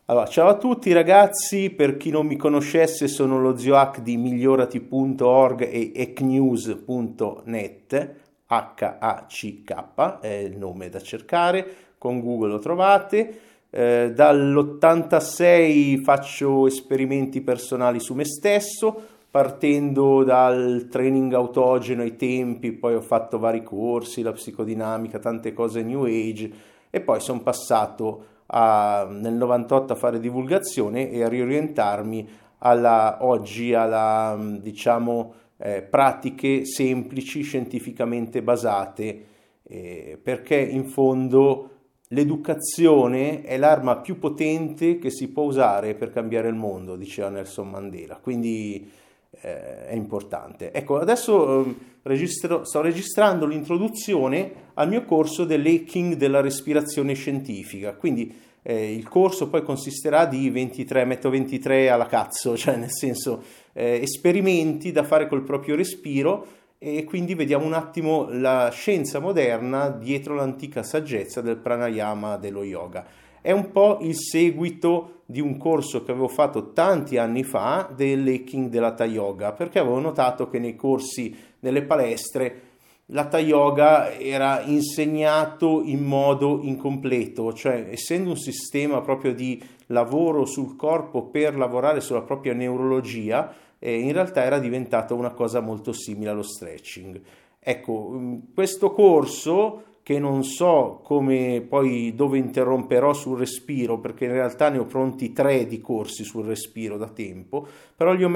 Allora, ciao a tutti ragazzi, per chi non mi conoscesse sono lo zio Hack di migliorati.org e hacknews.net, Hack è il nome da cercare, con Google lo trovate. Dall'86 faccio esperimenti personali su me stesso, partendo dal training autogeno ai tempi, poi ho fatto vari corsi, la psicodinamica, tante cose New Age e poi sono passato nel 98 a fare divulgazione e a riorientarmi oggi alla diciamo pratiche semplici, scientificamente basate, perché in fondo l'educazione è l'arma più potente che si può usare per cambiare il mondo, diceva Nelson Mandela, quindi è importante. Ecco, adesso sto registrando l'introduzione al mio corso dell'hacking della respirazione scientifica, quindi il corso poi consisterà di 23, metto 23 alla cazzo, cioè nel senso esperimenti da fare col proprio respiro, e quindi vediamo un attimo la scienza moderna dietro l'antica saggezza del pranayama, dello yoga. È un po' il seguito di un corso che avevo fatto tanti anni fa dell'hacking dell'hatha yoga, perché avevo notato che nei corsi, nelle palestre, l'hatha yoga era insegnato in modo incompleto, cioè essendo un sistema proprio di lavoro sul corpo per lavorare sulla propria neurologia, in realtà era diventata una cosa molto simile allo stretching. Ecco, questo corso, che non so come poi dove interromperò sul respiro, perché in realtà ne ho pronti 3 di corsi sul respiro da tempo, però li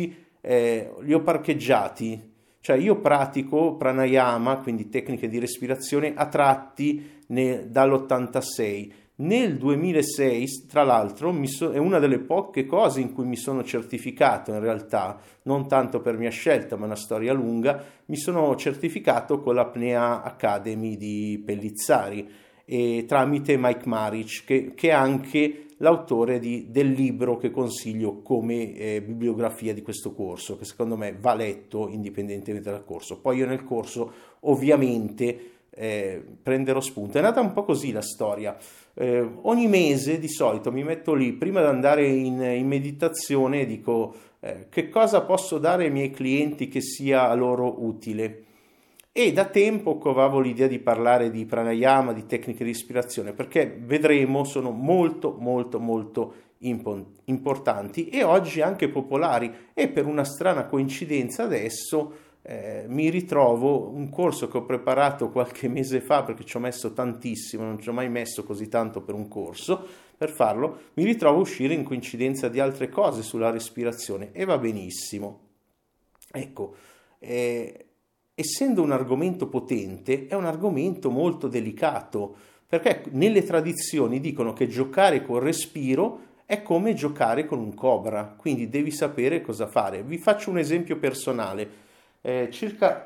ho parcheggiati. Cioè io pratico pranayama, quindi tecniche di respirazione, a tratti dall'86. Nel 2006, tra l'altro, è una delle poche cose in cui mi sono certificato, in realtà, non tanto per mia scelta, ma una storia lunga, mi sono certificato con l'Apnea Academy di Pellizzari, tramite Mike Maric, che è anche l'autore del libro che consiglio come bibliografia di questo corso, che secondo me va letto indipendentemente dal corso. Poi io nel corso ovviamente prenderò spunto. È nata un po' così la storia. Ogni mese di solito mi metto lì prima di andare in meditazione e dico che cosa posso dare ai miei clienti che sia a loro utile. E da tempo covavo l'idea di parlare di pranayama, di tecniche di ispirazione, perché vedremo sono molto molto molto importanti e oggi anche popolari, e per una strana coincidenza adesso mi ritrovo un corso che ho preparato qualche mese fa, perché ci ho messo tantissimo, non ci ho mai messo così tanto per un corso, per farlo, mi ritrovo a uscire in coincidenza di altre cose sulla respirazione e va benissimo. Ecco, essendo un argomento potente, è un argomento molto delicato, perché nelle tradizioni dicono che giocare col respiro è come giocare con un cobra, quindi devi sapere cosa fare. Vi faccio un esempio personale. Circa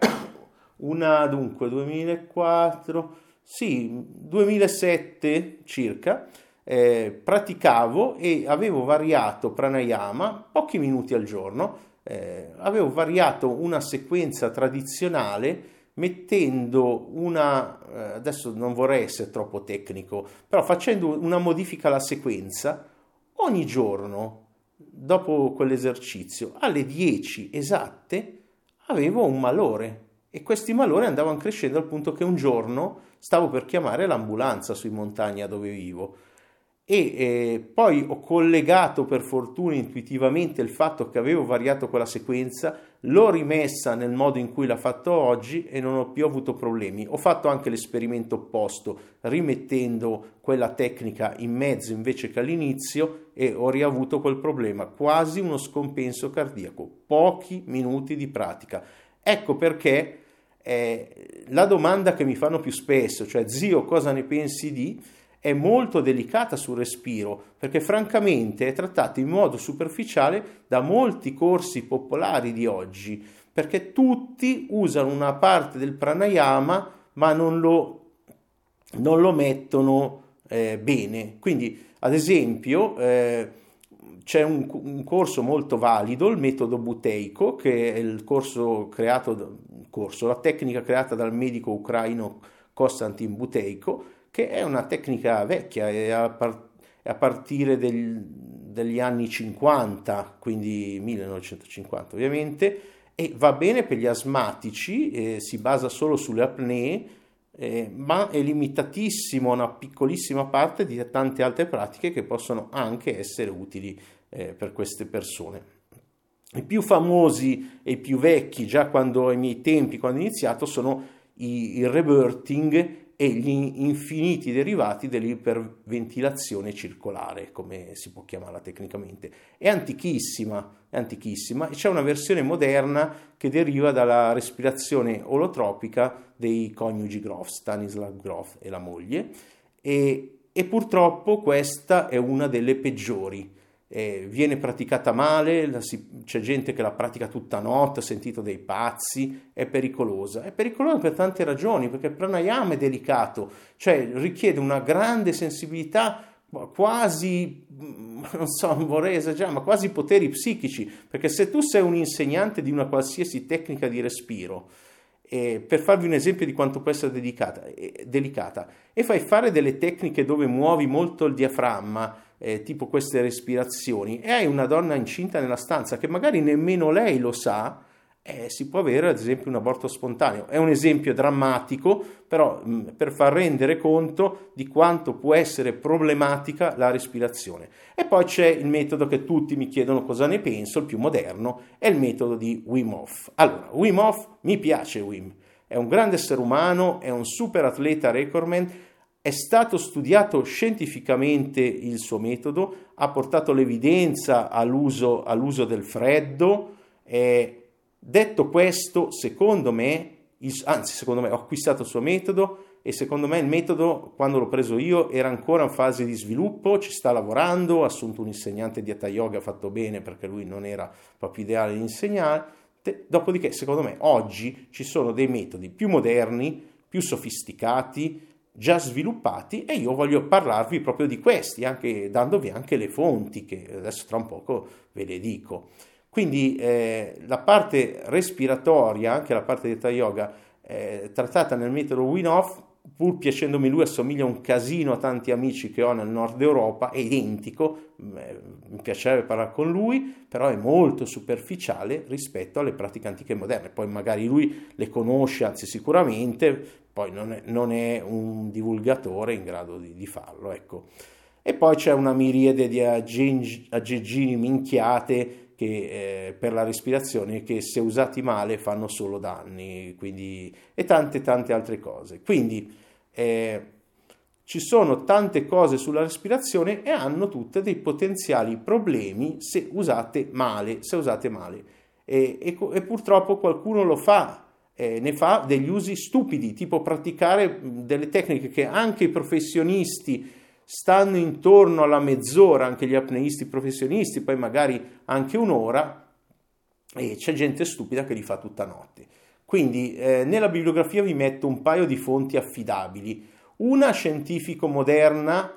2004, sì, 2007 circa, praticavo e avevo variato pranayama pochi minuti al giorno. Avevo variato una sequenza tradizionale mettendo adesso non vorrei essere troppo tecnico, però facendo una modifica alla sequenza ogni giorno dopo quell'esercizio alle 10 esatte avevo un malore, e questi malori andavano crescendo al punto che un giorno stavo per chiamare l'ambulanza sui montagna dove vivo. Poi ho collegato per fortuna intuitivamente il fatto che avevo variato quella sequenza, l'ho rimessa nel modo in cui l'ho fatto oggi e non ho più avuto problemi. Ho fatto anche l'esperimento opposto, rimettendo quella tecnica in mezzo invece che all'inizio, e ho riavuto quel problema, quasi uno scompenso cardiaco, pochi minuti di pratica. Ecco perché la domanda che mi fanno più spesso, cioè zio cosa ne pensi di, è molto delicata sul respiro, perché francamente è trattato in modo superficiale da molti corsi popolari di oggi, perché tutti usano una parte del pranayama ma non lo mettono bene. Quindi ad esempio c'è un corso molto valido, il metodo buteico, che è il la tecnica creata dal medico ucraino Konstantin Buteyko, che è una tecnica vecchia, a partire degli anni 50, quindi 1950 ovviamente, e va bene per gli asmatici, si basa solo sulle apnee, ma è limitatissimo a una piccolissima parte di tante altre pratiche che possono anche essere utili per queste persone. I più famosi e i più vecchi, già quando ai miei tempi, quando ho iniziato, sono il rebirthing e gli infiniti derivati dell'iperventilazione circolare, come si può chiamarla tecnicamente. È antichissima, e c'è una versione moderna che deriva dalla respirazione olotropica dei coniugi Grof, Stanislav Grof e la moglie, e purtroppo questa è una delle peggiori. Viene praticata male, c'è gente che la pratica tutta notte, ho sentito dei pazzi, è pericolosa per tante ragioni, perché il pranayama è delicato, cioè richiede una grande sensibilità, quasi, non so, non vorrei esagerare, ma quasi poteri psichici, perché se tu sei un insegnante di una qualsiasi tecnica di respiro, per farvi un esempio di quanto può essere delicata, e fai fare delle tecniche dove muovi molto il diaframma, tipo queste respirazioni, e hai una donna incinta nella stanza che magari nemmeno lei lo sa, si può avere ad esempio un aborto spontaneo. È un esempio drammatico, però per far rendere conto di quanto può essere problematica la respirazione. E poi c'è il metodo che tutti mi chiedono cosa ne penso, il più moderno, è il metodo di Wim Hof. Allora, Wim Hof, mi piace Wim, è un grande essere umano, è un super atleta recordman. È stato studiato scientificamente il suo metodo, ha portato l'evidenza all'uso del freddo. Detto questo, secondo me ho acquistato il suo metodo, e secondo me il metodo, quando l'ho preso io, era ancora in fase di sviluppo, ci sta lavorando, ha assunto un insegnante di Hatha Yoga fatto bene, perché lui non era proprio ideale di insegnare. Dopodiché, secondo me, oggi ci sono dei metodi più moderni, più sofisticati, già sviluppati, e io voglio parlarvi proprio di questi, anche dandovi anche le fonti che adesso tra un poco ve le dico. Quindi la parte respiratoria, anche la parte di Hatha Yoga, trattata nel metodo Wim Hof, pur piacendomi lui, assomiglia un casino a tanti amici che ho nel nord Europa, è identico, mi piacerebbe parlare con lui, però è molto superficiale rispetto alle pratiche antiche e moderne. Poi magari lui le conosce, anzi sicuramente, poi non è un divulgatore in grado di farlo, ecco. E poi c'è una miriade di aggeggini minchiate che per la respirazione, che se usati male fanno solo danni, quindi, e tante altre cose. Quindi ci sono tante cose sulla respirazione e hanno tutte dei potenziali problemi se usate male, e purtroppo qualcuno lo fa. Ne fa degli usi stupidi, tipo praticare delle tecniche che anche i professionisti stanno intorno alla mezz'ora, anche gli apneisti professionisti, poi magari anche un'ora, e c'è gente stupida che li fa tutta notte. Quindi nella bibliografia vi metto un paio di fonti affidabili, una scientifico-moderna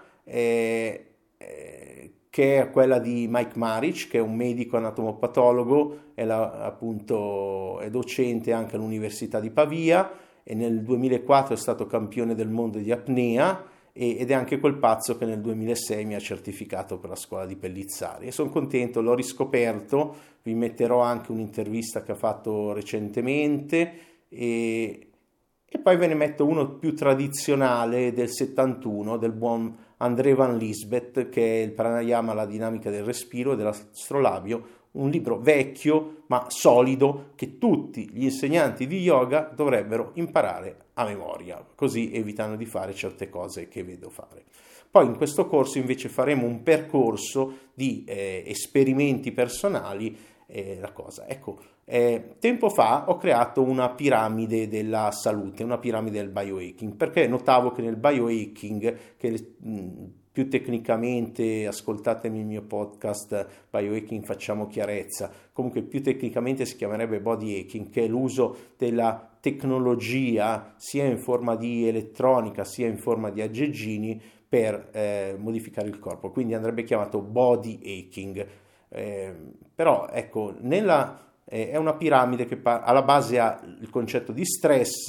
che è quella di Mike Maric, che è un medico anatomopatologo, appunto è docente anche all'Università di Pavia, e nel 2004 è stato campione del mondo di apnea, ed è anche quel pazzo che nel 2006 mi ha certificato per la scuola di Pellizzari, e sono contento, l'ho riscoperto. Vi metterò anche un'intervista che ha fatto recentemente, e poi ve ne metto uno più tradizionale del 71 del buon André Van Lisbeth, che è il Pranayama, la dinamica del respiro e dell'astrolabio, un libro vecchio ma solido che tutti gli insegnanti di yoga dovrebbero imparare a memoria, così evitano di fare certe cose che vedo fare. Poi in questo corso invece faremo un percorso di esperimenti personali. Ecco, tempo fa ho creato una piramide della salute, una piramide del biohacking, perché notavo che nel biohacking, che più tecnicamente, ascoltatemi il mio podcast Biohacking Facciamo Chiarezza, comunque più tecnicamente si chiamerebbe body hacking, che è l'uso della tecnologia sia in forma di elettronica sia in forma di aggeggini per modificare il corpo, quindi andrebbe chiamato body hacking. Però ecco, è una piramide che alla base ha il concetto di stress,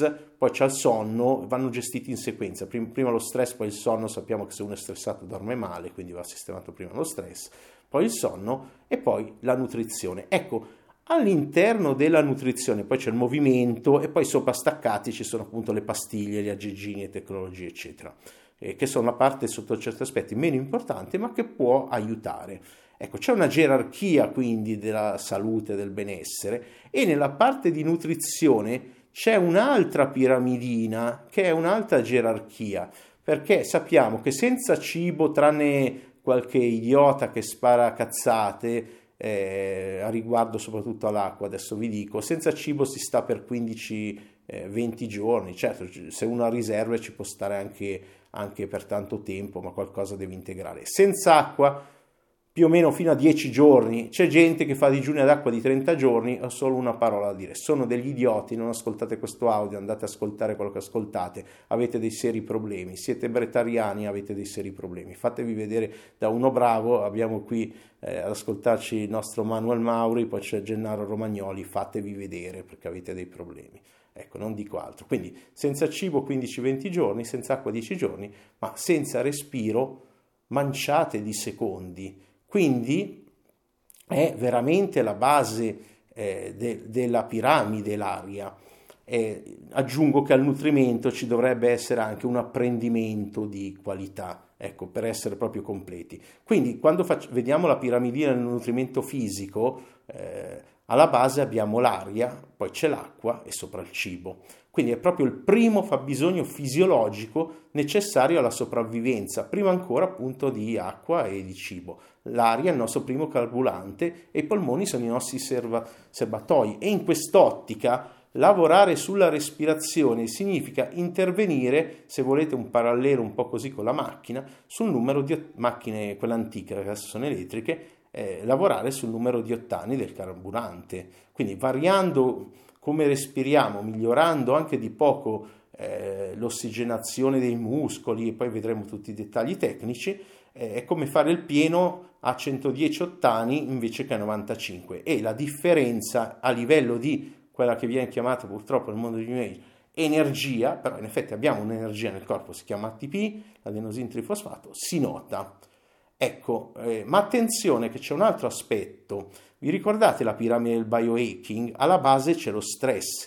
poi c'è il sonno, vanno gestiti in sequenza, prima lo stress, poi il sonno. Sappiamo che se uno è stressato dorme male, quindi va sistemato prima lo stress, poi il sonno e poi la nutrizione. Ecco, all'interno della nutrizione poi c'è il movimento e poi sopra staccati ci sono appunto le pastiglie, gli aggeggini, le tecnologie eccetera, che sono la parte sotto certi aspetti meno importante ma che può aiutare. Ecco, c'è una gerarchia quindi della salute, del benessere, e nella parte di nutrizione c'è un'altra piramidina che è un'altra gerarchia, perché sappiamo che senza cibo, tranne qualche idiota che spara cazzate, a riguardo soprattutto all'acqua, adesso vi dico, senza cibo si sta per 15-20 giorni. Certo, se uno ha riserve ci può stare anche per tanto tempo, ma qualcosa deve integrare. Senza acqua più o meno fino a 10 giorni. C'è gente che fa digiuni ad acqua di 30 giorni. Ho solo una parola da dire: sono degli idioti, non ascoltate questo audio, andate ad ascoltare quello che ascoltate, avete dei seri problemi, siete bretariani, avete dei seri problemi, fatevi vedere da uno bravo. Abbiamo qui ad ascoltarci il nostro Manuel Mauri, poi c'è Gennaro Romagnoli, fatevi vedere perché avete dei problemi. Ecco, non dico altro. Quindi senza cibo 15-20 giorni, senza acqua 10 giorni, ma senza respiro manciate di secondi. Quindi è veramente la base della piramide l'aria. Aggiungo che al nutrimento ci dovrebbe essere anche un apprendimento di qualità, ecco, per essere proprio completi. Quindi quando vediamo la piramidina del nutrimento fisico, alla base abbiamo l'aria, poi c'è l'acqua e sopra il cibo. Quindi è proprio il primo fabbisogno fisiologico necessario alla sopravvivenza, prima ancora appunto di acqua e di cibo. L'aria è il nostro primo carburante e i polmoni sono i nostri serbatoi, e in quest'ottica lavorare sulla respirazione significa intervenire, se volete un parallelo un po' così con la macchina, sul numero di macchine, quelle antiche, che adesso sono elettriche, lavorare sul numero di ottani del carburante. Quindi variando come respiriamo, migliorando anche di poco l'ossigenazione dei muscoli, e poi vedremo tutti i dettagli tecnici, è come fare il pieno a 110 ottani invece che a 95, e la differenza a livello di quella che viene chiamata purtroppo nel mondo di New Age energia, però in effetti abbiamo un'energia nel corpo, si chiama ATP, l'adenosine trifosfato, si nota. Ecco, ma attenzione che c'è un altro aspetto. Vi ricordate la piramide del biohacking? Alla base c'è lo stress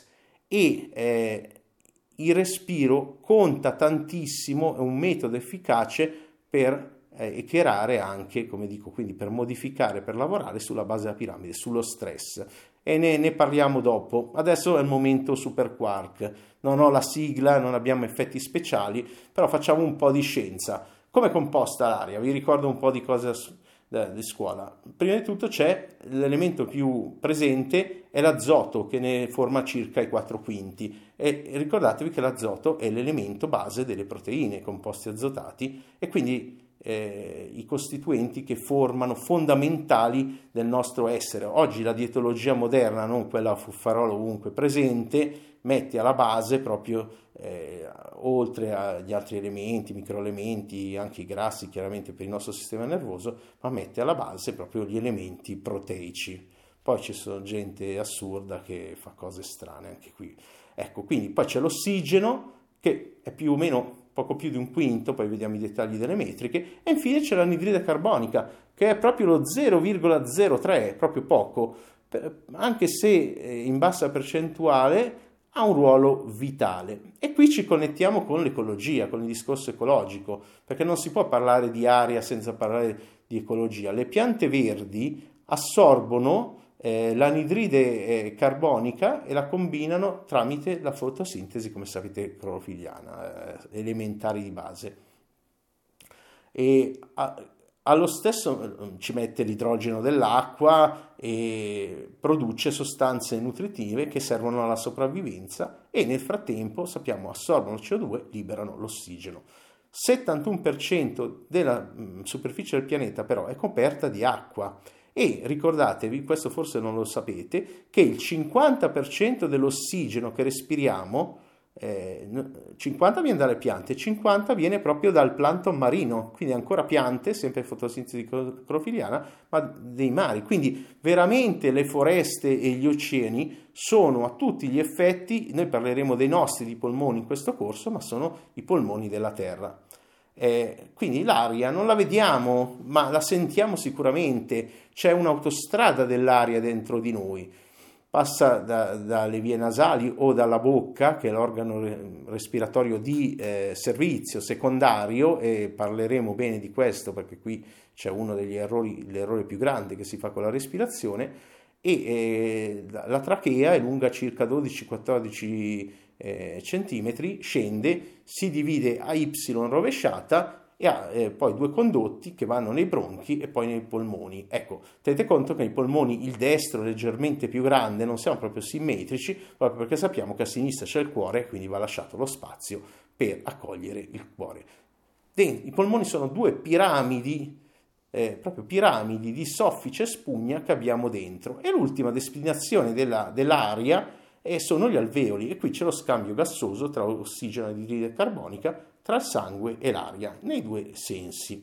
e il respiro conta tantissimo, è un metodo efficace per iterare anche, come dico, quindi per modificare, per lavorare sulla base della piramide, sullo stress. E ne parliamo dopo. Adesso è il momento super quark. Non ho la sigla, non abbiamo effetti speciali, però facciamo un po' di scienza. Come è composta l'aria? Vi ricordo un po' di cose di scuola. Prima di tutto c'è l'elemento più presente, è l'azoto, che ne forma circa i 4/5, e ricordatevi che l'azoto è l'elemento base delle proteine, composti azotati, e quindi i costituenti che formano fondamentali del nostro essere. Oggi la dietologia moderna, non quella fuffarola ovunque presente, mette alla base proprio oltre agli altri elementi, microelementi, anche i grassi chiaramente per il nostro sistema nervoso, ma mette alla base proprio gli elementi proteici. Poi ci sono gente assurda che fa cose strane anche qui. Ecco, quindi poi c'è l'ossigeno, che è più o meno poco più di un quinto, poi vediamo i dettagli delle metriche, e infine c'è l'anidride carbonica, che è proprio lo 0,03, proprio poco, anche se in bassa percentuale ha un ruolo vitale. E qui ci connettiamo con l'ecologia, con il discorso ecologico, perché non si può parlare di aria senza parlare di ecologia. Le piante verdi assorbono l'anidride carbonica e la combinano tramite la fotosintesi, come sapete, clorofilliana, elementari di base. E allo stesso ci mette l'idrogeno dell'acqua e produce sostanze nutritive che servono alla sopravvivenza, e nel frattempo, sappiamo, assorbono il CO2, liberano l'ossigeno. 71% della superficie del pianeta però è coperta di acqua, e ricordatevi, questo forse non lo sapete, che il 50% dell'ossigeno che respiriamo 50 viene dalle piante, 50 viene proprio dal plancton marino, quindi ancora piante, sempre fotosintesi clorofiliana, ma dei mari. Quindi veramente le foreste e gli oceani sono a tutti gli effetti, noi parleremo dei nostri di polmoni in questo corso, ma sono i polmoni della Terra. Quindi l'aria non la vediamo, ma la sentiamo sicuramente, c'è un'autostrada dell'aria dentro di noi. Passa dalle vie nasali o dalla bocca, che è l'organo respiratorio di servizio secondario, e parleremo bene di questo perché qui c'è uno degli errori, l'errore più grande che si fa con la respirazione, e la trachea è lunga circa 12-14 centimetri, scende, si divide a Y rovesciata e ha poi due condotti che vanno nei bronchi e poi nei polmoni. Ecco, tenete conto che nei polmoni il destro è leggermente più grande, non siamo proprio simmetrici, proprio perché sappiamo che a sinistra c'è il cuore, quindi va lasciato lo spazio per accogliere il cuore. I polmoni sono due piramidi, proprio piramidi di soffice e spugna che abbiamo dentro, e l'ultima destinazione dell'aria sono gli alveoli, e qui c'è lo scambio gassoso tra ossigeno e anidride carbonica, tra il sangue e l'aria, nei due sensi.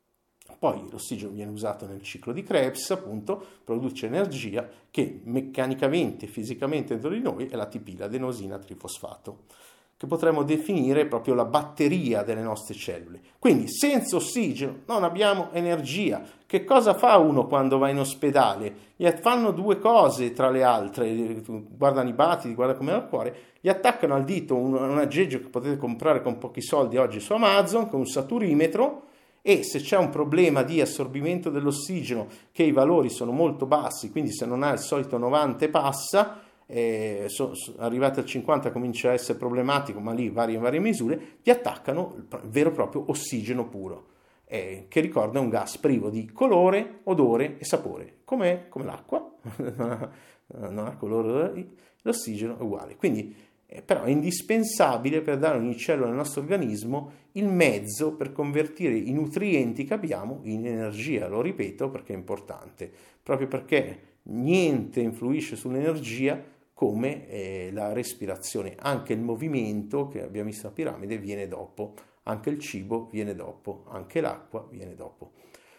Poi l'ossigeno viene usato nel ciclo di Krebs, appunto, produce energia che meccanicamente, fisicamente dentro di noi è l'ATP, l'adenosina trifosfato, che potremmo definire proprio la batteria delle nostre cellule. Quindi senza ossigeno non abbiamo energia. Che cosa fa uno quando va in ospedale? Gli fanno due cose tra le altre, guardano i battiti, guarda come va il cuore, gli attaccano al dito un aggeggio che potete comprare con pochi soldi oggi su Amazon, con un saturimetro, e se c'è un problema di assorbimento dell'ossigeno, che i valori sono molto bassi, quindi se non ha il solito 90 e passa, arrivati al 50 comincia a essere problematico, ma lì varie misure, gli attaccano il vero e proprio ossigeno puro, che ricorda un gas privo di colore, odore e sapore, come l'acqua, non ha colore, l'ossigeno è uguale. Quindi però è indispensabile per dare a ogni cellula del nostro organismo il mezzo per convertire i nutrienti che abbiamo in energia. Lo ripeto perché è importante, proprio perché niente influisce sull'energia come la respirazione. Anche il movimento che abbiamo visto la piramide viene dopo, anche il cibo viene dopo, anche l'acqua viene dopo.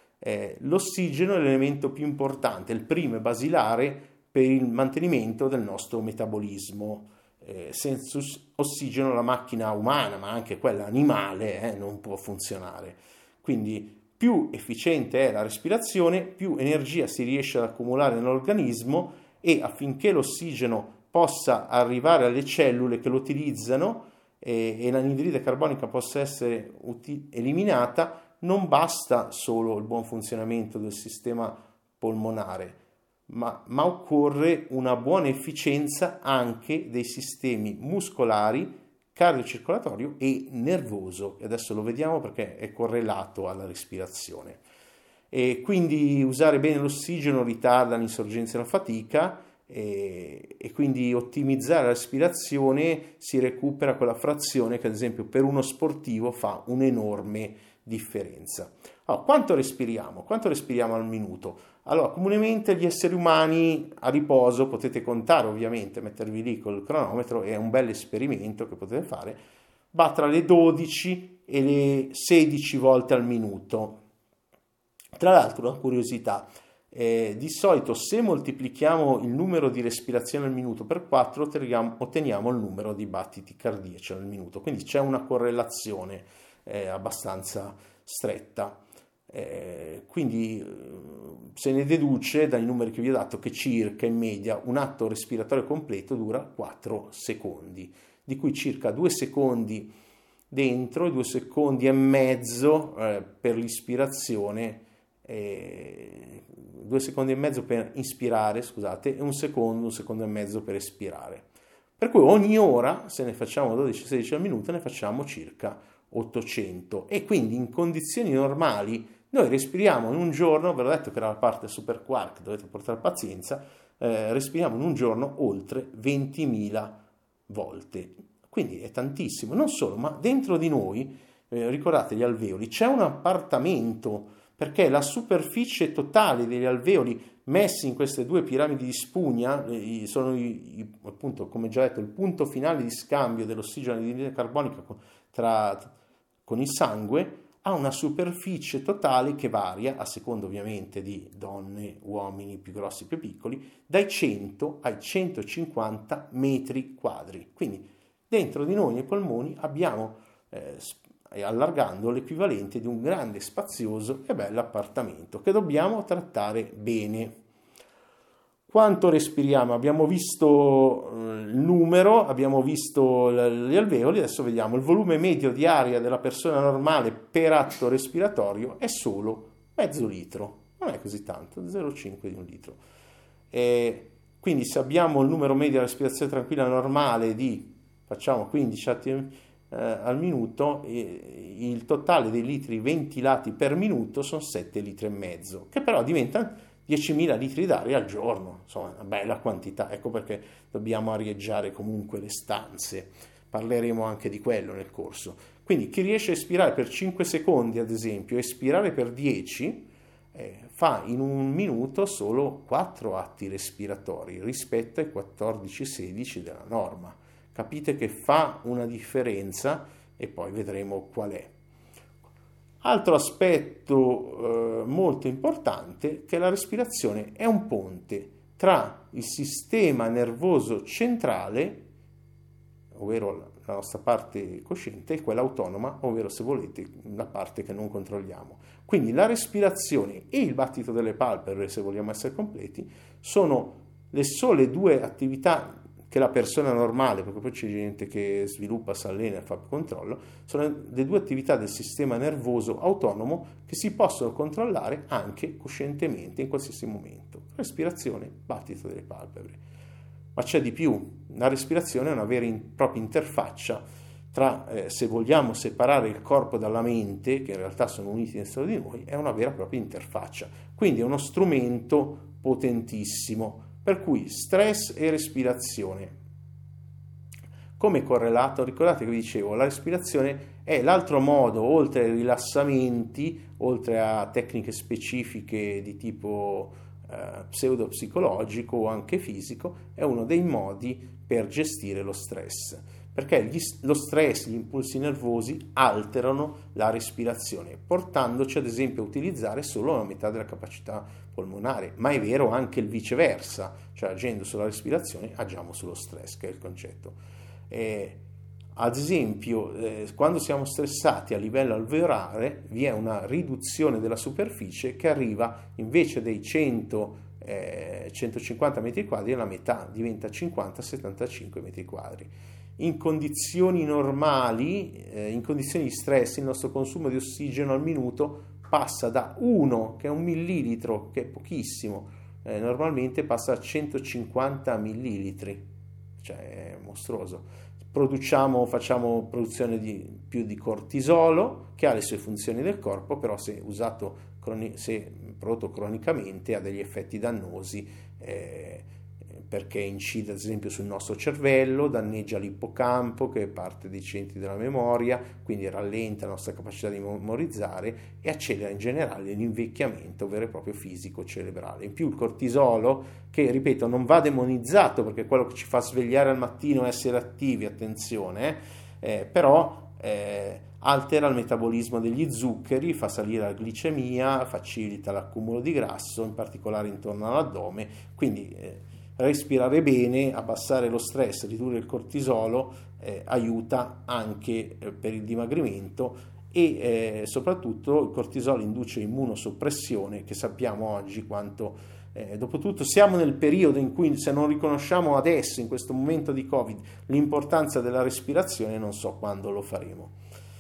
L'ossigeno è l'elemento più importante, il primo e basilare per il mantenimento del nostro metabolismo. Senza ossigeno la macchina umana, ma anche quella animale, non può funzionare. Quindi più efficiente è la respirazione, più energia si riesce ad accumulare nell'organismo, e affinché l'ossigeno possa arrivare alle cellule che lo utilizzano e l'anidride carbonica possa essere eliminata, non basta solo il buon funzionamento del sistema polmonare, ma occorre una buona efficienza anche dei sistemi muscolari, cardiocircolatorio e nervoso, e adesso lo vediamo perché è correlato alla respirazione. E quindi usare bene l'ossigeno ritarda l'insorgenza della fatica, e quindi ottimizzare la respirazione si recupera quella frazione che ad esempio per uno sportivo fa un'enorme differenza. Allora, quanto respiriamo? Quanto respiriamo al minuto? Allora, comunemente gli esseri umani a riposo, potete contare ovviamente, mettervi lì col cronometro, è un bel esperimento che potete fare, va tra le 12 e le 16 volte al minuto. Tra l'altro, una curiosità, di solito se moltiplichiamo il numero di respirazioni al minuto per 4 otteniamo il numero di battiti cardiaci al minuto, quindi c'è una correlazione abbastanza stretta. Quindi se ne deduce dai numeri che vi ho dato che circa in media un atto respiratorio completo dura 4 secondi, di cui circa 2 secondi dentro e 2 secondi e mezzo per l'ispirazione, 2 secondi e mezzo per inspirare, scusate, e un secondo e mezzo per espirare. Per cui ogni ora, se ne facciamo 12-16 al minuto, ne facciamo circa 800, e quindi in condizioni normali noi respiriamo in un giorno, ve l'ho detto che era la parte super quark, dovete portare pazienza, respiriamo in un giorno oltre 20.000 volte, quindi è tantissimo. Non solo, ma dentro di noi, ricordate gli alveoli, c'è un appartamento perché la superficie totale degli alveoli messi in queste due piramidi di spugna sono appunto, come già detto, il punto finale di scambio dell'ossigeno all'anidride carbonica con il sangue, ha una superficie totale che varia, a seconda ovviamente di donne, uomini più grossi, più piccoli, dai 100 ai 150 metri quadri. Quindi dentro di noi nei polmoni abbiamo, allargando, l'equivalente di un grande, spazioso e bello appartamento che dobbiamo trattare bene. Quanto respiriamo? Abbiamo visto il numero, abbiamo visto gli alveoli, adesso vediamo il volume medio di aria della persona normale per atto respiratorio è solo mezzo litro, non è così tanto, 0,5 di un litro. Quindi se abbiamo il numero medio della respirazione tranquilla normale di, facciamo 15 atti al minuto, il totale dei litri ventilati per minuto sono 7 litri e mezzo, che però diventano 10.000 litri d'aria al giorno, insomma una bella quantità, ecco perché dobbiamo arieggiare comunque le stanze, parleremo anche di quello nel corso. Quindi chi riesce a espirare per 5 secondi ad esempio, espirare per 10, fa in un minuto solo 4 atti respiratori rispetto ai 14-16 della norma. Capite che fa una differenza e poi vedremo qual è. Altro aspetto molto importante, che la respirazione è un ponte tra il sistema nervoso centrale, ovvero la nostra parte cosciente, e quella autonoma, ovvero se volete la parte che non controlliamo. Quindi la respirazione e il battito delle palpebre, se vogliamo essere completi, sono le sole due attività che la persona normale, perché poi c'è gente che sviluppa, si allena e fa controllo, sono le due attività del sistema nervoso autonomo che si possono controllare anche coscientemente in qualsiasi momento. Respirazione, battito delle palpebre. Ma c'è di più, la respirazione è una vera e propria interfaccia tra, se vogliamo separare il corpo dalla mente, che in realtà sono uniti dentro di noi, è una vera e propria interfaccia. Quindi è uno strumento potentissimo. Per cui stress e respirazione. Come correlato, ricordate che vi dicevo, la respirazione è l'altro modo, oltre ai rilassamenti, oltre a tecniche specifiche di tipo pseudopsicologico o anche fisico, è uno dei modi per gestire lo stress. Perché lo stress, gli impulsi nervosi alterano la respirazione, portandoci ad esempio a utilizzare solo la metà della capacità polmonare, ma è vero anche il viceversa, cioè agendo sulla respirazione agiamo sullo stress, che è il concetto. Ad esempio, quando siamo stressati a livello alveolare vi è una riduzione della superficie che arriva invece dei 150 metri quadri alla metà, diventa 50-75 metri quadri. In condizioni normali, in condizioni di stress, il nostro consumo di ossigeno al minuto passa da 1, che è 1 millilitro, che è pochissimo, normalmente passa a 150 millilitri, cioè è mostruoso. Facciamo produzione più di cortisolo, che ha le sue funzioni del corpo, però se prodotto cronicamente ha degli effetti dannosi, perché incide ad esempio sul nostro cervello, danneggia l'ippocampo che è parte dei centri della memoria, quindi rallenta la nostra capacità di memorizzare e accelera in generale l'invecchiamento vero e proprio fisico cerebrale. In più il cortisolo, che ripeto non va demonizzato perché è quello che ci fa svegliare al mattino e essere attivi, attenzione, però altera il metabolismo degli zuccheri, fa salire la glicemia, facilita l'accumulo di grasso, in particolare intorno all'addome, quindi respirare bene, abbassare lo stress, ridurre il cortisolo aiuta anche per il dimagrimento e soprattutto il cortisolo induce immunosoppressione, che sappiamo oggi quanto dopotutto siamo nel periodo in cui, se non riconosciamo adesso in questo momento di Covid l'importanza della respirazione, non so quando lo faremo.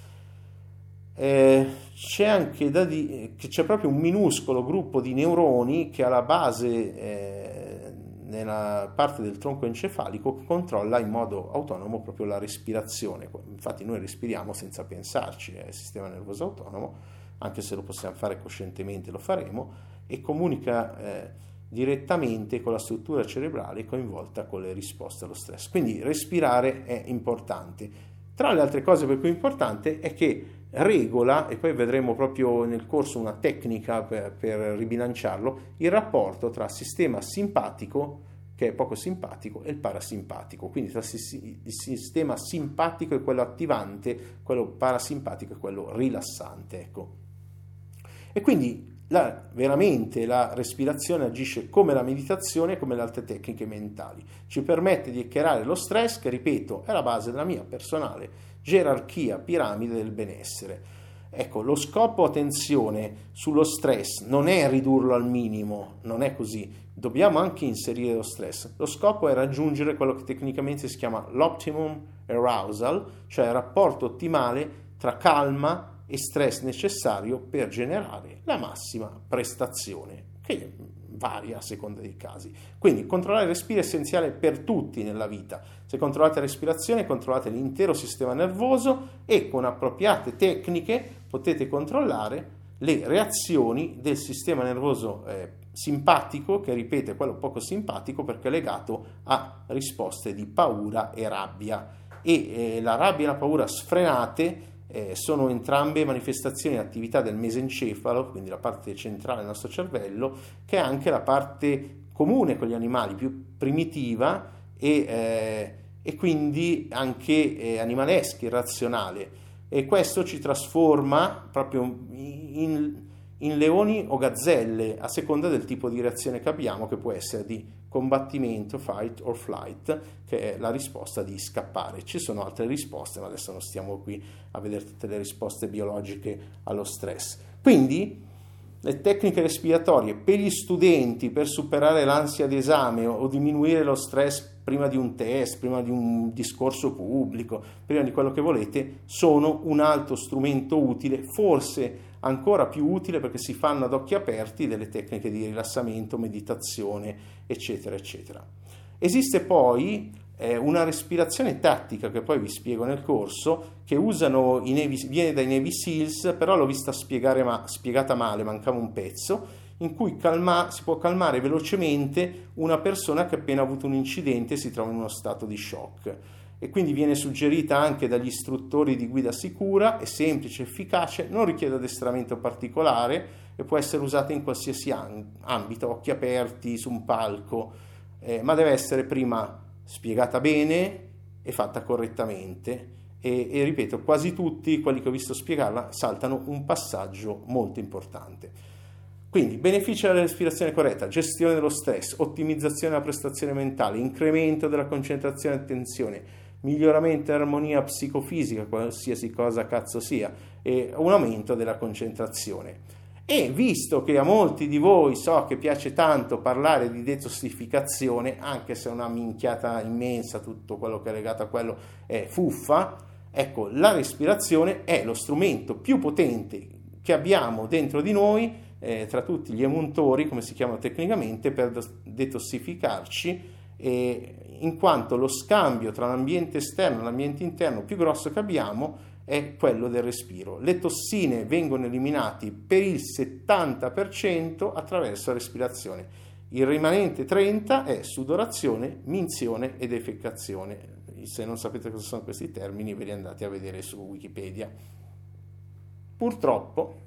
C'è anche da dire che c'è proprio un minuscolo gruppo di neuroni che alla base nella parte del tronco encefalico che controlla in modo autonomo proprio la respirazione. Infatti noi respiriamo senza pensarci, è il sistema nervoso autonomo, anche se lo possiamo fare coscientemente lo faremo, e comunica direttamente con la struttura cerebrale coinvolta con le risposte allo stress. Quindi respirare è importante. Tra le altre cose per cui è importante è che regola, e poi vedremo proprio nel corso una tecnica per ribilanciarlo, il rapporto tra sistema simpatico, che è poco simpatico, e il parasimpatico, quindi tra il sistema simpatico e quello attivante, quello parasimpatico e quello rilassante, ecco. E quindi veramente la respirazione agisce come la meditazione e come le altre tecniche mentali, ci permette di hackerare lo stress, che ripeto è la base della mia personale gerarchia piramide del benessere. Ecco, lo scopo, attenzione, sullo stress non è ridurlo al minimo, non è così, dobbiamo anche inserire lo stress. Lo scopo è raggiungere quello che tecnicamente si chiama l'optimum arousal, cioè il rapporto ottimale tra calma e stress necessario per generare la massima prestazione, che varia a seconda dei casi. Quindi controllare il respiro è essenziale per tutti nella vita. Se controllate la respirazione, controllate l'intero sistema nervoso e con appropriate tecniche potete controllare le reazioni del sistema nervoso simpatico, che ripeto è quello poco simpatico perché è legato a risposte di paura e rabbia. E la rabbia e la paura sfrenate sono entrambe manifestazioni di attività del mesencefalo, quindi la parte centrale del nostro cervello, che è anche la parte comune con gli animali, più primitiva e quindi anche animalesca, irrazionale. E questo ci trasforma proprio in leoni o gazzelle, a seconda del tipo di reazione che abbiamo, che può essere di combattimento, fight or flight, che è la risposta di scappare. Ci sono altre risposte, ma adesso non stiamo qui a vedere tutte le risposte biologiche allo stress. Quindi le tecniche respiratorie per gli studenti, per superare l'ansia d'esame o diminuire lo stress prima di un test, prima di un discorso pubblico, prima di quello che volete, sono un altro strumento utile, forse ancora più utile perché si fanno ad occhi aperti delle tecniche di rilassamento, meditazione, eccetera, eccetera. Esiste poi una respirazione tattica che poi vi spiego nel corso, che usano viene dai Navy Seals, però l'ho vista spiegata male, mancava un pezzo, in cui si può calmare velocemente una persona che ha appena avuto un incidente e si trova in uno stato di shock. E quindi viene suggerita anche dagli istruttori di guida sicura, è semplice, efficace, non richiede addestramento particolare e può essere usata in qualsiasi ambito, occhi aperti, su un palco, ma deve essere prima spiegata bene e fatta correttamente e ripeto, quasi tutti quelli che ho visto spiegarla saltano un passaggio molto importante. Quindi benefici della respirazione corretta, gestione dello stress, ottimizzazione della prestazione mentale, incremento della concentrazione e attenzione, miglioramento dell'armonia psicofisica, qualsiasi cosa cazzo sia, e un aumento della concentrazione. E visto che a molti di voi so che piace tanto parlare di detossificazione, anche se è una minchiata immensa, tutto quello che è legato a quello è fuffa, ecco, la respirazione è lo strumento più potente che abbiamo dentro di noi, tra tutti gli emuntori, come si chiamano tecnicamente, per detossificarci, in quanto lo scambio tra l'ambiente esterno e l'ambiente interno più grosso che abbiamo è quello del respiro. Le tossine vengono eliminate per il 70% attraverso la respirazione. Il rimanente 30% è sudorazione, minzione ed defecazione. Se non sapete cosa sono questi termini, ve li andate a vedere su Wikipedia. Purtroppo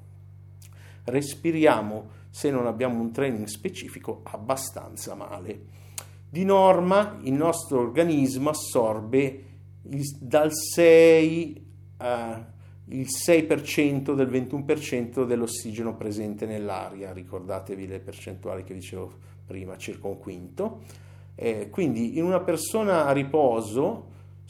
respiriamo, se non abbiamo un training specifico, abbastanza male. Di norma il nostro organismo assorbe dal 6 il 6% del 21% dell'ossigeno presente nell'aria, ricordatevi le percentuali che dicevo prima, circa un quinto. Quindi in una persona a riposo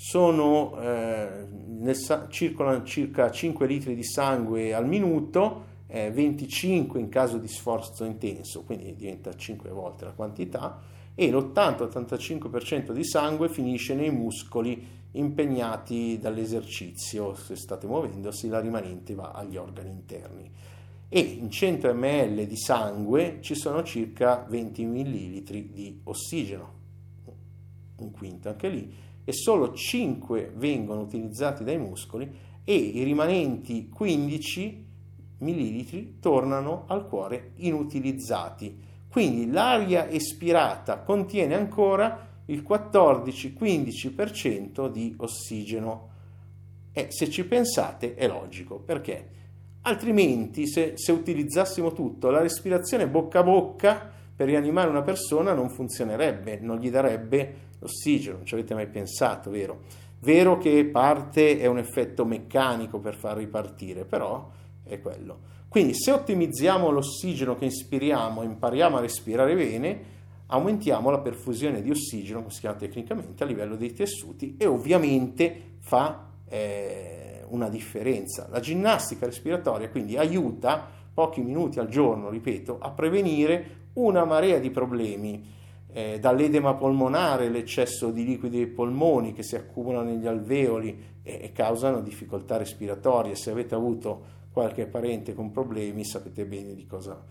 circolano circa 5 litri di sangue al minuto, 25 in caso di sforzo intenso, quindi diventa 5 volte la quantità, e l'80-85% di sangue finisce nei muscoli impegnati dall'esercizio. Se state muovendosi, la rimanente va agli organi interni. E in 100 ml di sangue ci sono circa 20 ml di ossigeno, un quinto anche lì, e solo 5 vengono utilizzati dai muscoli e i rimanenti 15 millilitri tornano al cuore inutilizzati. Quindi l'aria espirata contiene ancora il 14-15% di ossigeno. E se ci pensate è logico, perché altrimenti se utilizzassimo tutto, la respirazione bocca a bocca per rianimare una persona non funzionerebbe, non gli darebbe l'ossigeno, non ci avete mai pensato, vero? Vero che parte è un effetto meccanico per far ripartire, però è quello. Quindi se ottimizziamo l'ossigeno che inspiriamo, impariamo a respirare bene, aumentiamo la perfusione di ossigeno, come si chiama tecnicamente, a livello dei tessuti e ovviamente fa una differenza. La ginnastica respiratoria quindi aiuta pochi minuti al giorno, ripeto, a prevenire una marea di problemi, dall'edema polmonare, l'eccesso di liquidi ai polmoni che si accumulano negli alveoli e causano difficoltà respiratorie. Se avete avuto qualche parente con problemi sapete bene di cosa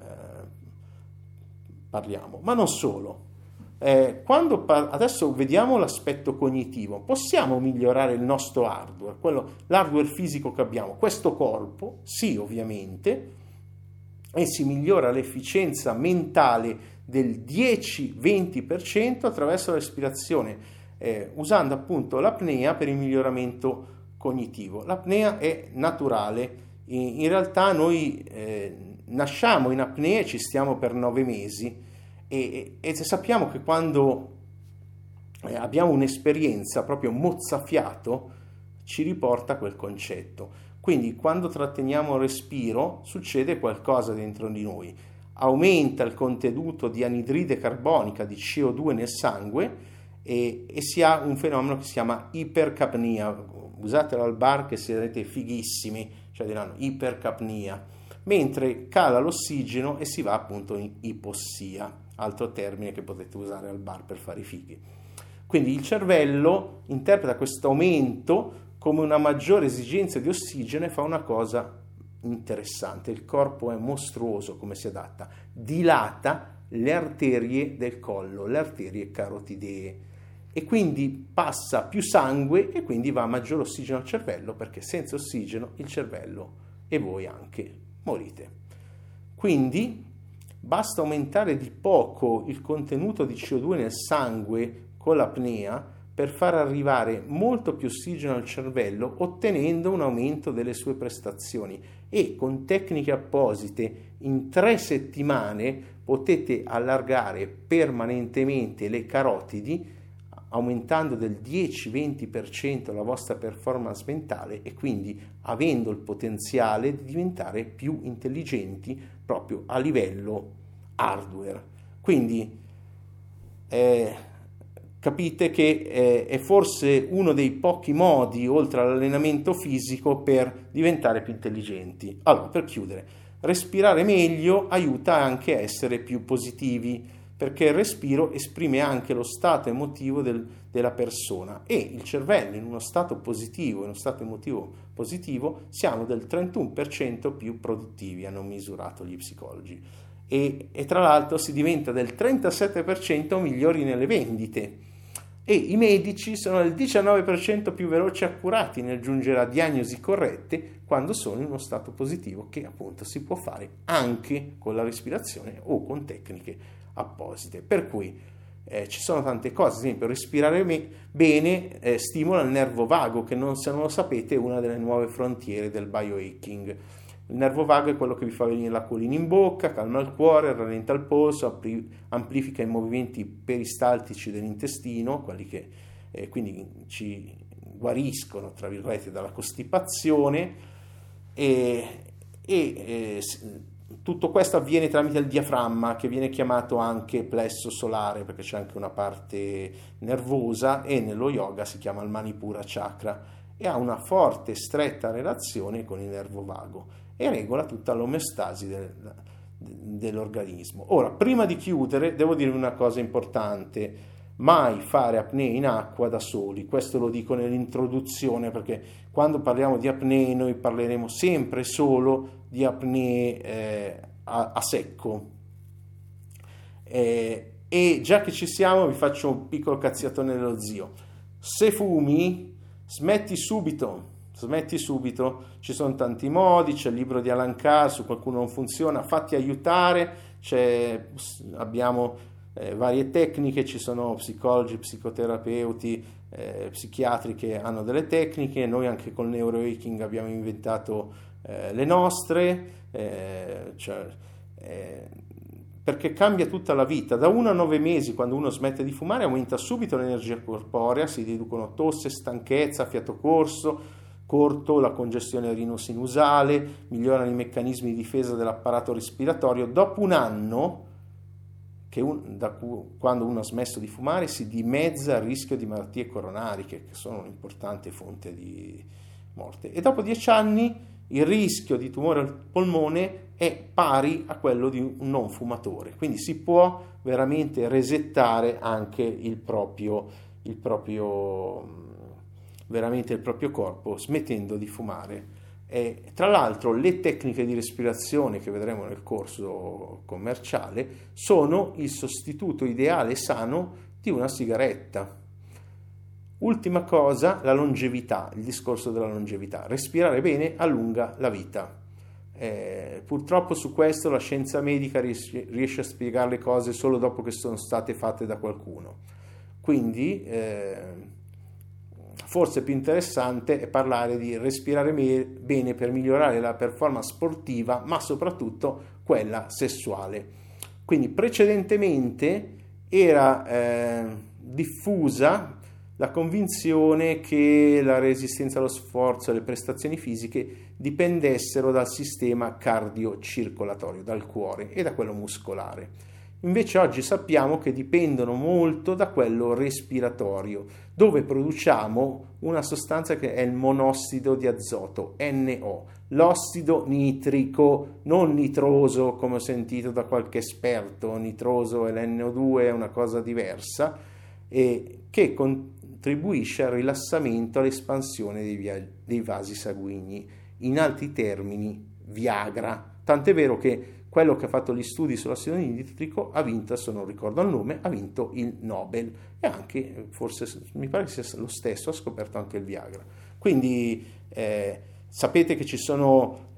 parliamo. Ma non solo. Adesso vediamo l'aspetto cognitivo. Possiamo migliorare il nostro hardware, l'hardware fisico che abbiamo, questo corpo, sì ovviamente, e si migliora l'efficienza mentale del 10-20% attraverso la respirazione, usando appunto l'apnea per il miglioramento cognitivo. L'apnea è naturale, in realtà noi nasciamo in apnea e ci stiamo per 9 mesi e sappiamo che quando abbiamo un'esperienza proprio mozzafiato ci riporta quel concetto. Quindi quando tratteniamo il respiro succede qualcosa dentro di noi, aumenta il contenuto di anidride carbonica, di CO2 nel sangue e si ha un fenomeno che si chiama ipercapnia. Usatelo al bar che sarete fighissimi, cioè diranno ipercapnia, mentre cala l'ossigeno e si va appunto in ipossia, altro termine che potete usare al bar per fare i fighi. Quindi il cervello interpreta questo aumento come una maggiore esigenza di ossigeno e fa una cosa interessante. Il corpo è mostruoso come si adatta, dilata le arterie del collo, le arterie carotidee, e quindi passa più sangue e quindi va maggiore ossigeno al cervello, perché senza ossigeno il cervello e voi anche morite. Quindi basta aumentare di poco il contenuto di CO2 nel sangue con l'apnea per far arrivare molto più ossigeno al cervello, ottenendo un aumento delle sue prestazioni, e con tecniche apposite in 3 settimane potete allargare permanentemente le carotidi, aumentando del 10-20% la vostra performance mentale e quindi avendo il potenziale di diventare più intelligenti proprio a livello hardware. Quindi capite che è forse uno dei pochi modi, oltre all'allenamento fisico, per diventare più intelligenti. Allora, per chiudere, respirare meglio aiuta anche a essere più positivi, perché il respiro esprime anche lo stato emotivo della persona, e il cervello in uno stato positivo, in uno stato emotivo positivo, siamo del 31% più produttivi, hanno misurato gli psicologi, e tra l'altro si diventa del 37% migliori nelle vendite, e i medici sono del 19% più veloci e accurati nel giungere a diagnosi corrette quando sono in uno stato positivo, che appunto si può fare anche con la respirazione o con tecniche apposite. Per cui ci sono tante cose. Ad esempio, respirare bene stimola il nervo vago, che se non lo sapete è una delle nuove frontiere del biohacking. Il nervo vago è quello che vi fa venire l'acquolina in bocca, calma il cuore, rallenta il polso, amplifica i movimenti peristaltici dell'intestino, quelli che quindi ci guariscono, tra virgolette, dalla costipazione, e tutto questo avviene tramite il diaframma, che viene chiamato anche plesso solare, perché c'è anche una parte nervosa, e nello yoga si chiama il Manipura Chakra, e ha una forte, stretta relazione con il nervo vago e regola tutta l'omeostasi dell'organismo. Ora, prima di chiudere, devo dirvi una cosa importante: mai fare apnea in acqua da soli. Questo lo dico nell'introduzione, perché quando parliamo di apnee noi parleremo sempre solo di apnee a secco. E già che ci siamo vi faccio un piccolo cazziatone dello zio: se fumi smetti subito, ci sono tanti modi, c'è il libro di Alan Carr, su qualcuno non funziona, fatti aiutare, abbiamo varie tecniche, ci sono psicologi, psicoterapeuti, psichiatriche hanno delle tecniche, noi anche col neurohacking abbiamo inventato le nostre, perché cambia tutta la vita. Da 1 a 9 mesi, quando uno smette di fumare, aumenta subito l'energia corporea, si riducono tosse, stanchezza, fiato corto, la congestione rinosinusale, migliorano i meccanismi di difesa dell'apparato respiratorio. Dopo un anno, quando uno ha smesso di fumare, si dimezza il rischio di malattie coronariche, che sono un'importante fonte di morte. E dopo 10 anni il rischio di tumore al polmone è pari a quello di un non fumatore. Quindi si può veramente resettare anche il proprio corpo smettendo di fumare. E tra l'altro le tecniche di respirazione che vedremo nel corso commerciale sono il sostituto ideale e sano di una sigaretta. Ultima cosa, la longevità, il discorso della longevità. Respirare bene allunga la vita. Purtroppo su questo la scienza medica riesce a spiegare le cose solo dopo che sono state fatte da qualcuno. Quindi forse più interessante è parlare di respirare bene per migliorare la performance sportiva, ma soprattutto quella sessuale. Quindi precedentemente era diffusa la convinzione che la resistenza allo sforzo e le prestazioni fisiche dipendessero dal sistema cardiocircolatorio, dal cuore e da quello muscolare. Invece oggi sappiamo che dipendono molto da quello respiratorio, dove produciamo una sostanza che è il monossido di azoto, NO, l'ossido nitrico, non nitroso come ho sentito da qualche esperto. Nitroso e l'NO2 è una cosa diversa, e che contribuisce al rilassamento e all'espansione dei vasi sanguigni. In altri termini, Viagra. Tant'è vero che quello che ha fatto gli studi sull'assido nitrico ha vinto, se non ricordo il nome, ha vinto il Nobel, e anche, forse mi pare che sia lo stesso, ha scoperto anche il Viagra. Quindi sapete che ci sono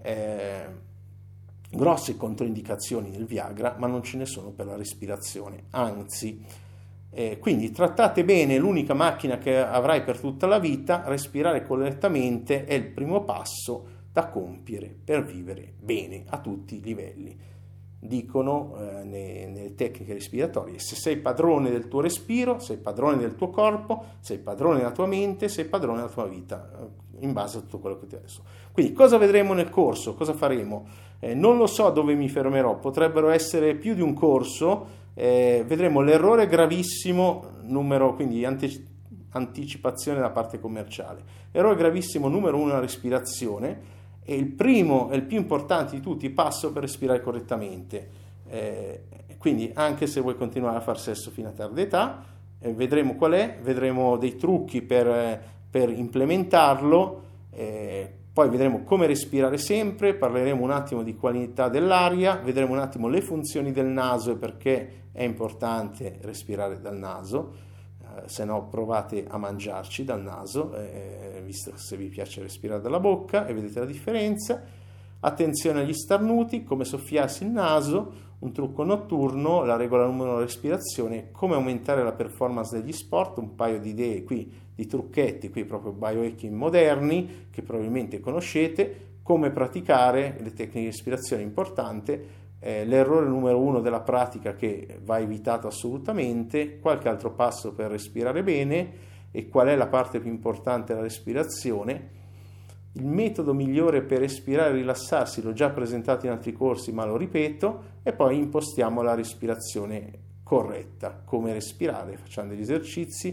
grosse controindicazioni nel Viagra, ma non ce ne sono per la respirazione, anzi. Quindi trattate bene l'unica macchina che avrai per tutta la vita. Respirare correttamente è il primo passo da compiere per vivere bene a tutti i livelli. Dicono nelle tecniche respiratorie: se sei padrone del tuo respiro, sei padrone del tuo corpo, sei padrone della tua mente, sei padrone della tua vita, in base a tutto quello che ti ho adesso. Quindi cosa vedremo nel corso? Cosa faremo? Non lo so dove mi fermerò, potrebbero essere più di un corso. Vedremo l'errore gravissimo quindi anticipazione da parte commerciale. Errore gravissimo numero 1, la respirazione. E il primo e il più importante di tutti, passo per respirare correttamente. Quindi anche se vuoi continuare a far sesso fino a tarda età, vedremo qual è, vedremo dei trucchi per implementarlo, poi vedremo come respirare sempre, parleremo un attimo di qualità dell'aria, vedremo un attimo le funzioni del naso e perché è importante respirare dal naso. Se no provate a mangiarci dal naso, visto se vi piace respirare dalla bocca, e vedete la differenza. Attenzione agli starnuti, come soffiarsi il naso, un trucco notturno, la regola numero 1 respirazione, come aumentare la performance degli sport, un paio di idee qui, di trucchetti qui proprio biohacking moderni che probabilmente conoscete, come praticare le tecniche di respirazione importante. L'errore numero 1 della pratica che va evitato assolutamente, qualche altro passo per respirare bene e qual è la parte più importante della respirazione, il metodo migliore per respirare e rilassarsi, l'ho già presentato in altri corsi ma lo ripeto, e poi impostiamo la respirazione corretta, come respirare, facciamo degli esercizi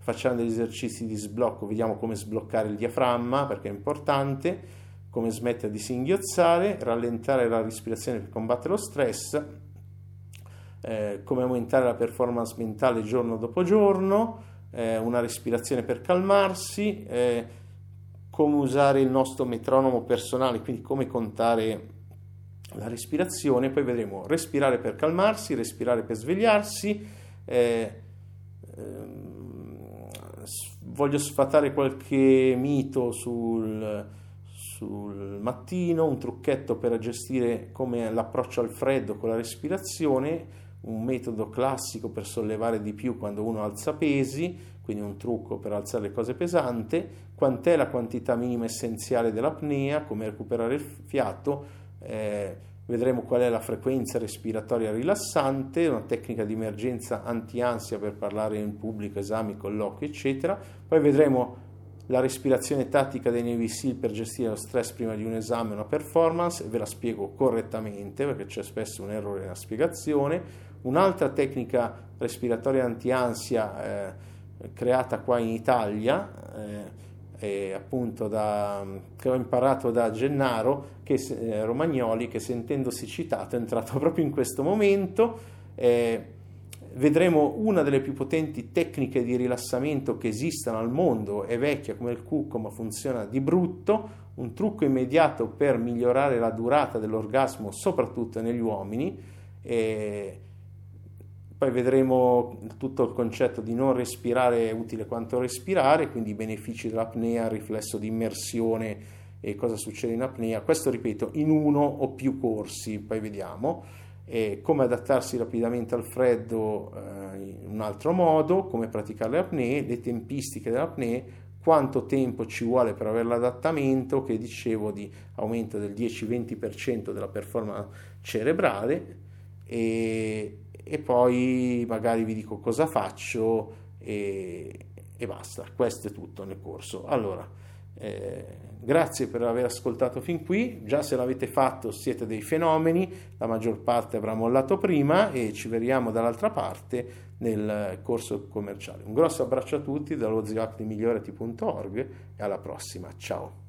di sblocco, vediamo come sbloccare il diaframma perché è importante, come smettere di singhiozzare, rallentare la respirazione per combattere lo stress, come aumentare la performance mentale giorno dopo giorno, una respirazione per calmarsi, come usare il nostro metronomo personale, quindi come contare la respirazione. Poi vedremo respirare per calmarsi, respirare per svegliarsi. Voglio sfatare qualche mito sul mattino, un trucchetto per gestire come l'approccio al freddo con la respirazione, un metodo classico per sollevare di più quando uno alza pesi, quindi un trucco per alzare le cose pesanti, quant'è la quantità minima essenziale dell'apnea, come recuperare il fiato, vedremo qual è la frequenza respiratoria rilassante, una tecnica di emergenza anti-ansia per parlare in pubblico, esami, colloqui, eccetera. Poi vedremo la respirazione tattica dei Navy SEAL per gestire lo stress prima di un esame o una performance, e ve la spiego correttamente perché c'è spesso un errore nella spiegazione. Un'altra tecnica respiratoria anti-ansia creata qua in Italia, appunto che ho imparato da Gennaro Romagnoli, che sentendosi citato è entrato proprio in questo momento. Vedremo una delle più potenti tecniche di rilassamento che esistano al mondo, è vecchia come il cucco ma funziona di brutto, un trucco immediato per migliorare la durata dell'orgasmo soprattutto negli uomini. Poi vedremo tutto il concetto di non respirare è utile quanto respirare, quindi i benefici dell'apnea, il riflesso di immersione e cosa succede in apnea. Questo, ripeto, in uno o più corsi, poi vediamo. Come adattarsi rapidamente al freddo in un altro modo, come praticare le apnee, le tempistiche delle apnee, quanto tempo ci vuole per avere l'adattamento, che dicevo di aumento del 10-20% della performance cerebrale, e poi magari vi dico cosa faccio e basta. Questo è tutto nel corso. Allora, grazie per aver ascoltato fin qui. Già se l'avete fatto siete dei fenomeni, la maggior parte avrà mollato prima e ci vediamo dall'altra parte nel corso commerciale. Un grosso abbraccio a tutti dallo zio di migliorati.org e alla prossima. Ciao.